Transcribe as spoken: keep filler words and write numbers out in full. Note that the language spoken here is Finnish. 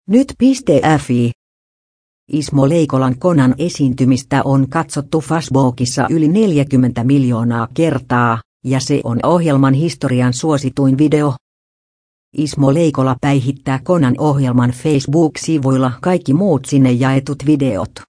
Nyt.fi. Ismo Leikolan Konan esiintymistä on katsottu Facebookissa yli neljäkymmentä miljoonaa kertaa, ja se on ohjelman historian suosituin video. Ismo Leikola päihittää Konan ohjelman Facebook-sivuilla kaikki muut sinne jaetut videot.